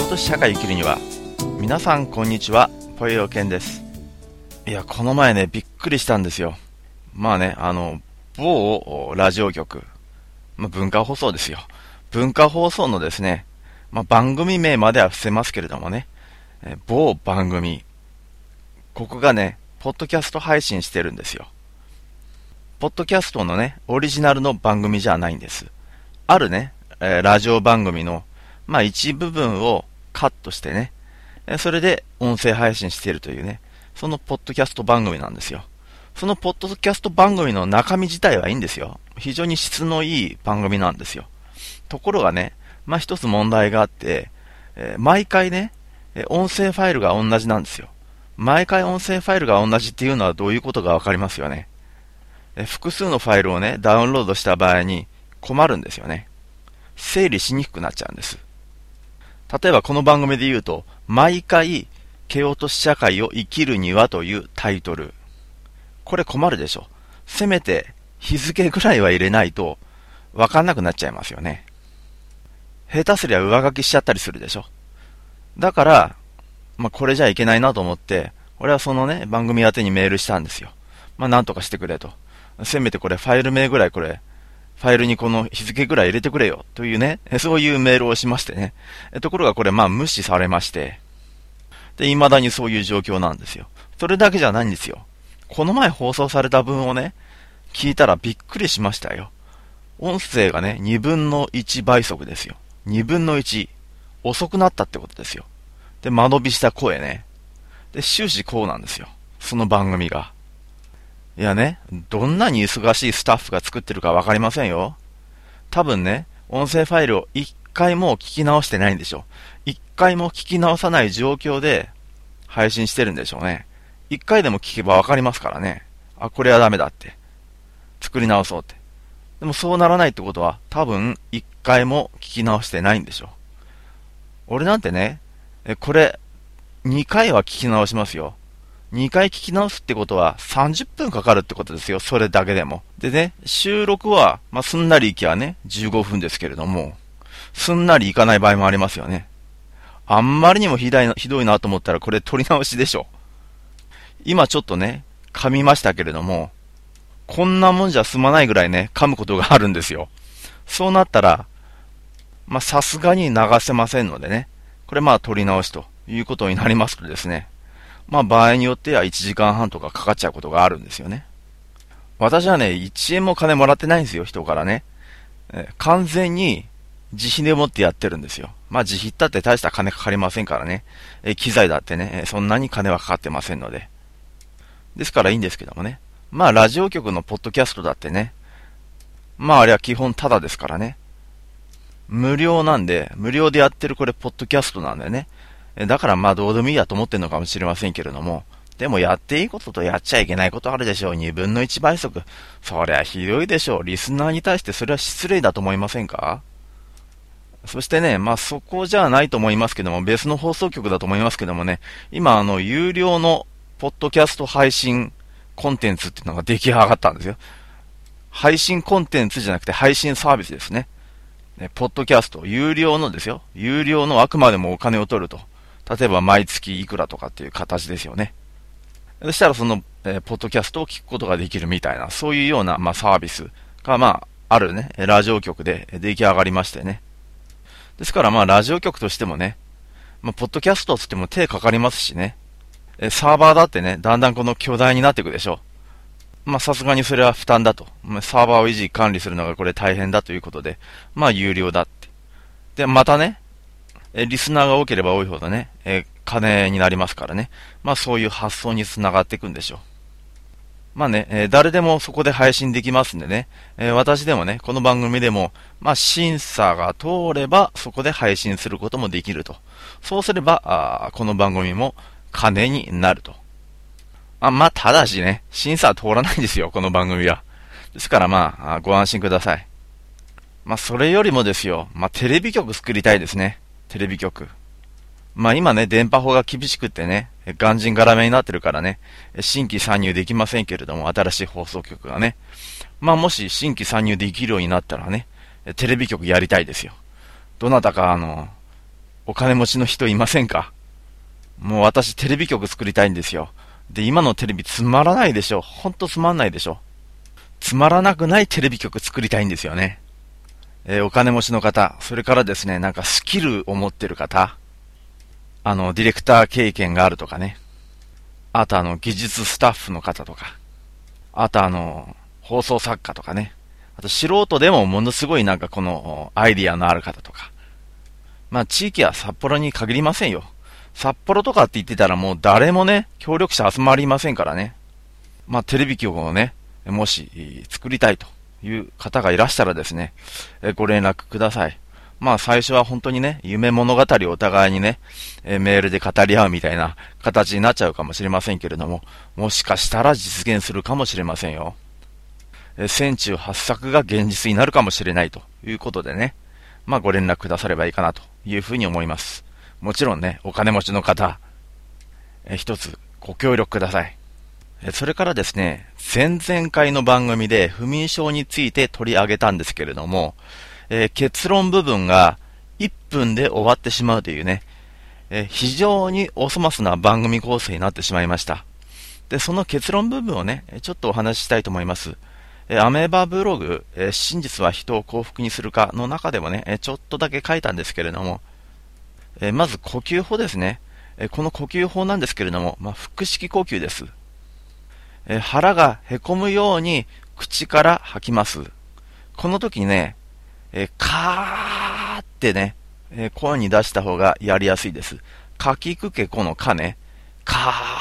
落とし社会生きるには。皆さんこんにちは、ぽよよけんです。いや、この前ね、びっくりしたんですよ。まあね、某ラジオ局、文化放送ですよ。文化放送のですね、番組名までは伏せますけれどもね、某番組、ここがね、ポッドキャスト配信してるんですよ。ポッドキャストのね、オリジナルの番組じゃないんです。あるね、ラジオ番組の、一部分をカットしてね、それで音声配信しているというね、そのポッドキャスト番組なんですよ。そのポッドキャスト番組の中身自体はいいんですよ。非常に質のいい番組なんですよ。ところがね、一つ問題があって、毎回ね、音声ファイルが同じなんですよ。毎回音声ファイルが同じっていうのはどういうことかわかりますよね。複数のファイルをね、ダウンロードした場合に困るんですよね。整理しにくくなっちゃうんです。例えばこの番組で言うと、毎回、蹴落とし社会を生きるにはというタイトル。これ困るでしょ。せめて日付ぐらいは入れないとわかんなくなっちゃいますよね。下手すりゃ上書きしちゃったりするでしょ。だから、これじゃいけないなと思って、俺はそのね、番組宛てにメールしたんですよ。なんとかしてくれと。せめてこれファイル名ぐらいファイルにこの日付ぐらい入れてくれよというね、そういうメールをしましてね。ところがこれ無視されまして、で、未だにそういう状況なんですよ。それだけじゃないんですよ。この前放送された分をね、聞いたらびっくりしましたよ。音声がね、2分の1倍速ですよ。2分の1。遅くなったってことですよ。で、間延びした声ね。で、終始こうなんですよ。その番組が。いやね、どんなに忙しいスタッフが作ってるかわかりませんよ。多分ね、音声ファイルを1回も聞き直してないんでしょう。1回も聞き直さない状況で配信してるんでしょうね。1回でも聞けばわかりますからね。あ、これはダメだって。作り直そうって。でもそうならないってことは、多分1回も聞き直してないんでしょう。俺なんてね、これ2回は聞き直しますよ。2回聞き直すってことは30分かかるってことですよ。それだけでも。でね、収録は、すんなりいきゃね、15分ですけれども、すんなりいかない場合もありますよね。あんまりにもひどいなと思ったらこれ撮り直しでしょ。今ちょっとね、噛みましたけれども、こんなもんじゃ済まないぐらいね、噛むことがあるんですよ。そうなったら、さすがに流せませんのでね、これ撮り直しということになりますとですね、場合によっては1時間半とかかかっちゃうことがあるんですよね。私はね、1円も金もらってないんですよ、人からね。完全に自費でもってやってるんですよ。自費だって大した金かかりませんからね。機材だってね、そんなに金はかかってませんので。ですからいいんですけどもね。ラジオ局のポッドキャストだってね。あれは基本タダですからね。無料なんで、無料でやってるこれポッドキャストなんだよね。だからどうでもいいやと思ってるのかもしれませんけれども、でもやっていいこととやっちゃいけないことあるでしょう。2分の1倍速。そりゃひどいでしょう。リスナーに対してそれは失礼だと思いませんか？そしてね、そこじゃないと思いますけども、別の放送局だと思いますけどもね、今有料のポッドキャスト配信コンテンツっていうのが出来上がったんですよ。配信コンテンツじゃなくて配信サービスですね。ポッドキャスト、有料のですよ。有料のあくまでもお金を取ると。例えば毎月いくらとかっていう形ですよね。そしたらその、ポッドキャストを聞くことができるみたいな、そういうような、サービスが、あるね、ラジオ局で出来上がりましてね。ですからラジオ局としてもね、ポッドキャストつっても手かかりますしね。サーバーだってね、だんだんこの巨大になっていくでしょ。さすがにそれは負担だと。サーバーを維持管理するのがこれ大変だということで、有料だって。で、またね、リスナーが多ければ多いほどね、金になりますからね。そういう発想につながっていくんでしょう。誰でもそこで配信できますんでね、私でもね、この番組でも、審査が通れば、そこで配信することもできると。そうすれば、この番組も金になると。ただしね、審査は通らないんですよ、この番組は。ですからご安心ください。それよりもですよ、テレビ局作りたいですね。テレビ局。今ね、電波法が厳しくってね、がんじんがらめになってるからね、新規参入できませんけれども、新しい放送局がね。もし新規参入できるようになったらね、テレビ局やりたいですよ。どなたかお金持ちの人いませんか？もう私テレビ局作りたいんですよ。で、今のテレビつまらないでしょ。ほんとつまんないでしょ。つまらなくないテレビ局作りたいんですよね。お金持ちの方、それからですね、なんかスキルを持ってる方、ディレクター経験があるとかね。あと技術スタッフの方とか。あと放送作家とかね。あと素人でもものすごいなんかこのアイディアのある方とか。まあ地域は札幌に限りませんよ。札幌とかって言ってたらもう誰もね、協力者集まりませんからね。まあテレビ局をね、もし作りたいという方がいらしたらですね、ご連絡ください。まあ最初は本当にね、夢物語をお互いにね、メールで語り合うみたいな形になっちゃうかもしれませんけれども、もしかしたら実現するかもしれませんよ。千中八作が現実になるかもしれないということでね、まあご連絡くださればいいかなというふうに思います。もちろんね、お金持ちの方、一つご協力ください。それからですね、前々回の番組で不眠症について取り上げたんですけれども、結論部分が1分で終わってしまうというね、非常にお粗末な番組構成になってしまいました。で、その結論部分をね、ちょっとお話ししたいと思います。アメーバブログ、真実は人を幸福にするかの中でもね、ちょっとだけ書いたんですけれども、まず呼吸法ですね。この呼吸法なんですけれども、腹式呼吸です。腹がへこむように口から吐きます。この時にね、カーってね、声に出した方がやりやすいです。かきくけこのかね、カ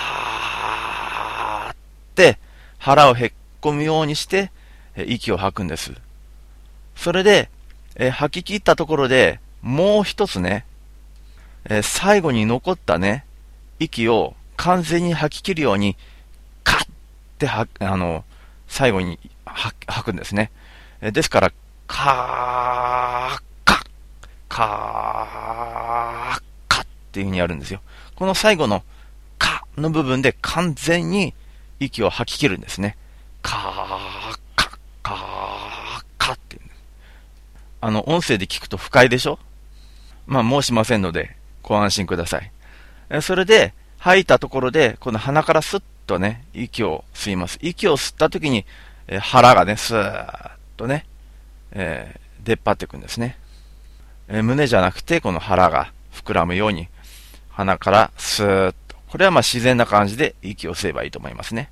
ーって腹をへっこむようにして、息を吐くんです。それで、吐き切ったところでもう一つね、最後に残ったね、息を完全に吐き切るように、カッって最後に吐くんですね。ですから、カー、カッ、カー、カッっていう風にやるんですよ。この最後のカの部分で完全に息を吐き切るんですね。カー、カッ、カー、カッっていう。音声で聞くと不快でしょ？まあ、申しませんので、ご安心ください。それで、吐いたところで、この鼻からスッとね、息を吸います。息を吸った時に、腹がね、スーッとね、出っ張っていくんですね。胸じゃなくて、この腹が膨らむように、鼻からスーッと。これはまあ自然な感じで息を吸えばいいと思いますね。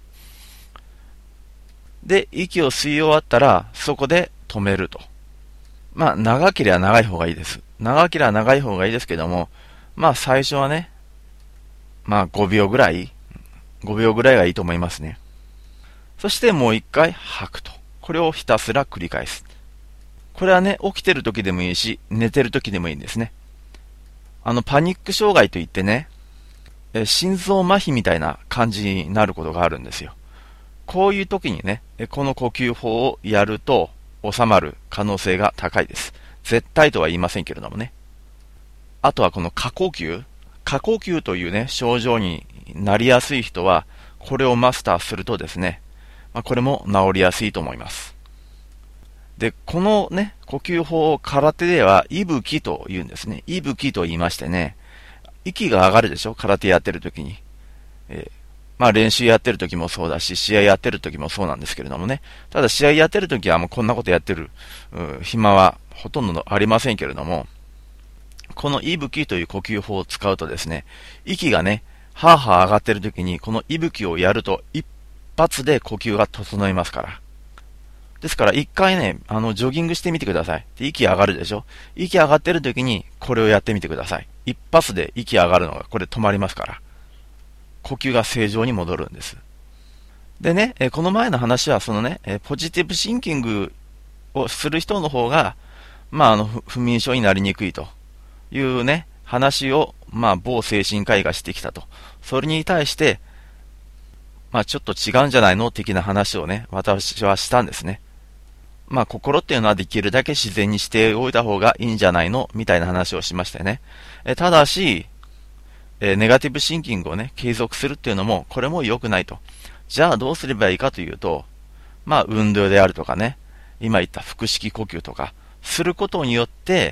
で、息を吸い終わったら、そこで止めると。まあ、長ければ長い方がいいです。長ければ長い方がいいですけども、まあ最初はね、まあ5秒ぐらいがいいと思いますね。そしてもう一回吐くと。これをひたすら繰り返す。これはね、起きてる時でもいいし、寝てる時でもいいんですね。パニック障害といってね、心臓麻痺みたいな感じになることがあるんですよ。こういう時にね、この呼吸法をやると収まる可能性が高いです。絶対とは言いませんけれどもね。あとはこの過呼吸というね、症状になりやすい人は、これをマスターするとですね、これも治りやすいと思います。で、このね、呼吸法を空手では、息吹と言うんですね。息吹と言いましてね、息が上がるでしょ？空手やってる時に。まあ練習やってる時もそうだし、試合やってる時もそうなんですけれどもね。ただ試合やってる時はもうこんなことやってる、暇はほとんどありませんけれども、この息吹という呼吸法を使うとですね、息がね、はぁはぁ上がってる時に、この息吹をやると一発で呼吸が整いますから。ですから一回ね、ジョギングしてみてください。で、息上がるでしょ？息上がってる時にこれをやってみてください。一発で息上がるのがこれ止まりますから。呼吸が正常に戻るんです。でね、この前の話はそのね、ポジティブシンキングをする人の方が、まあ不眠症になりにくいというね、話を、まあ某精神科医がしてきたと。それに対して、まあちょっと違うんじゃないの的な話をね、私はしたんですね。まあ心っていうのはできるだけ自然にしておいた方がいいんじゃないのみたいな話をしましたよね。ただし、ネガティブシンキングをね、継続するっていうのも、これも良くないと。じゃあどうすればいいかというと、まあ運動であるとかね、今言った腹式呼吸とか、することによって、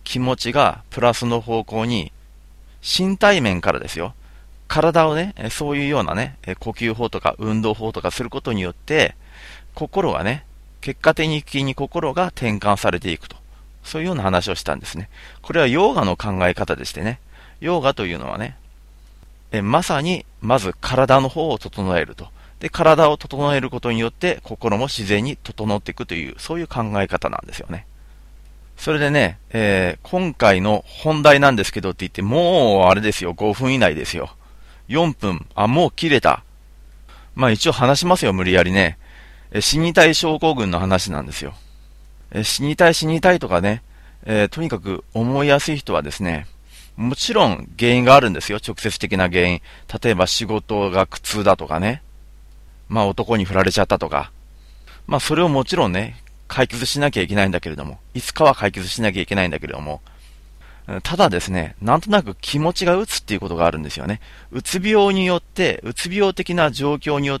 気持ちがプラスの方向に、身体面からですよ。体をね、そういうようなね、呼吸法とか運動法とかすることによって、心がね、結果的に心が転換されていくと。そういうような話をしたんですね。これはヨーガの考え方でしてね。ヨーガというのはね、まさに、まず体の方を整えると。で、体を整えることによって、心も自然に整っていくという、そういう考え方なんですよね。それでね、今回の本題なんですけどって言って、もう、あれですよ、5分以内ですよ。4分、もう切れた。まあ一応話しますよ、無理やりね。死にたい症候群の話なんですよ。死にたいとかね、とにかく思いやすい人はですね、もちろん原因があるんですよ、直接的な原因。例えば仕事が苦痛だとかね。まあ男に振られちゃったとか。まあそれをもちろんね、解決しなきゃいけないんだけれども、いつかは解決しなきゃいけないんだけれども、ただですね、なんとなく気持ちが打つっていうことがあるんですよね。うつ病によって、うつ病的な状況によって、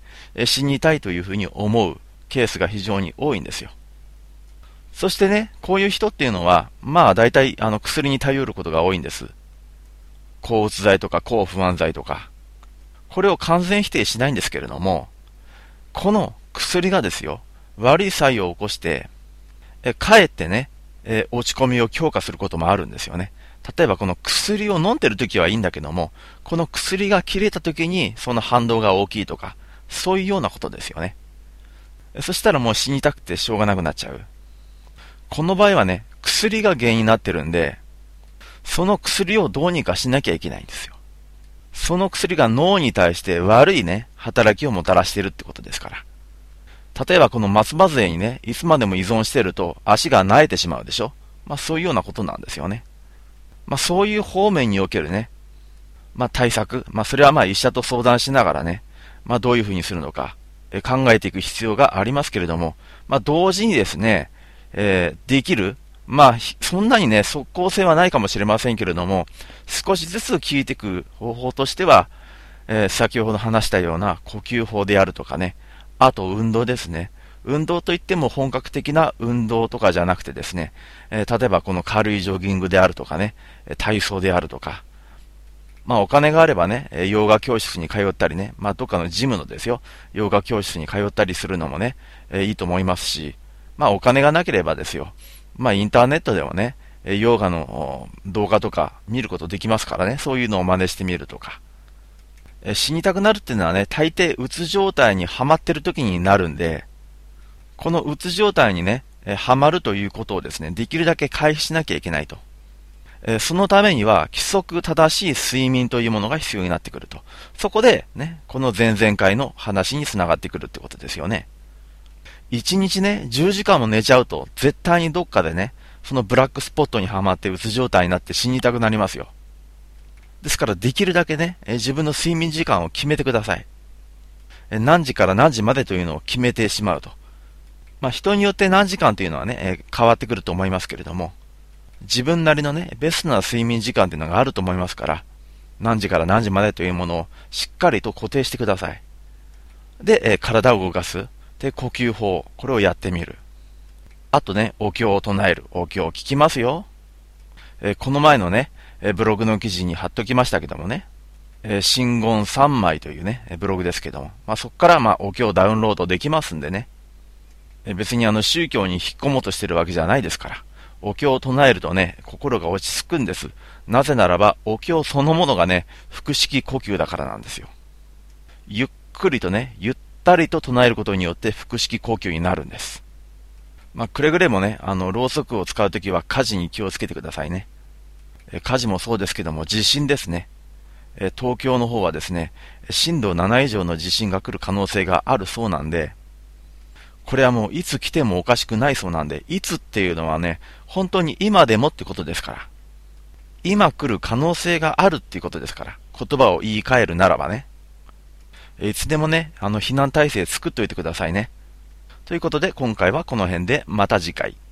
死にたいというふうに思うケースが非常に多いんですよ。そしてね、こういう人っていうのは、まあ大体薬に頼ることが多いんです。抗うつ剤とか抗不安剤とか。これを完全否定しないんですけれども、この薬がですよ、悪い作用を起こして、かえってね、落ち込みを強化することもあるんですよね。例えばこの薬を飲んでるときはいいんだけども、この薬が切れたときにその反動が大きいとか、そういうようなことですよね。そしたらもう死にたくてしょうがなくなっちゃう。この場合はね、薬が原因になってるんで、その薬をどうにかしなきゃいけないんですよ。その薬が脳に対して悪いね、働きをもたらしているってことですから。例えばこの松葉杖にね、いつまでも依存してると足が萎えてしまうでしょ。まあそういうようなことなんですよね。まあそういう方面におけるね、まあ対策、まあそれはまあ医者と相談しながらね、まあどういうふうにするのか、考えていく必要がありますけれども、まあ同時にですね、できる、まあそんなにね、即効性はないかもしれませんけれども、少しずつ効いていく方法としては、先ほど話したような呼吸法であるとかね、あと運動ですね。運動といっても本格的な運動とかじゃなくてですね、例えばこの軽いジョギングであるとかね、体操であるとか、まあお金があればね、ヨガ教室に通ったりね、まあどっかのジムのですよ、ヨガ教室に通ったりするのもね、いいと思いますし、まあお金がなければですよ、まあインターネットでもね、ヨガの動画とか見ることできますからね、そういうのを真似してみるとか。死にたくなるっていうのはね、大抵うつ状態にはまってる時になるんで、このうつ状態にね、はまるということをですね、できるだけ回避しなきゃいけないと。そのためには、規則正しい睡眠というものが必要になってくると。そこで、ね、この前々回の話につながってくるってことですよね。1日ね、10時間も寝ちゃうと、絶対にどっかでね、そのブラックスポットにはまってうつ状態になって死にたくなりますよ。ですからできるだけね、自分の睡眠時間を決めてください。何時から何時までというのを決めてしまうと。まあ人によって何時間というのはね、変わってくると思いますけれども、自分なりのね、ベストな睡眠時間というのがあると思いますから、何時から何時までというものをしっかりと固定してください。で、体を動かす。で、呼吸法。これをやってみる。あとね、お経を唱える。お経を聞きますよ。この前のね、ブログの記事に貼っときましたけどもね、真言三昧というね、ブログですけども、まあ、そこからまあお経をダウンロードできますんでね、別に宗教に引っ込もうとしてるわけじゃないですから、お経を唱えるとね、心が落ち着くんです。なぜならば、お経そのものがね、腹式呼吸だからなんですよ。ゆっくりとね、ゆったりと唱えることによって腹式呼吸になるんです。まあ、くれぐれもね、ろうそくを使うときは火事に気をつけてくださいね。火事もそうですけども、地震ですね。東京の方はですね、震度7以上の地震が来る可能性があるそうなんで、これはもういつ来てもおかしくないそうなんで、いつっていうのはね、本当に今でもってことですから。今来る可能性があるっていうことですから。言葉を言い換えるならばね。いつでもね、避難体制作っといてくださいね。ということで、今回はこの辺でまた次回。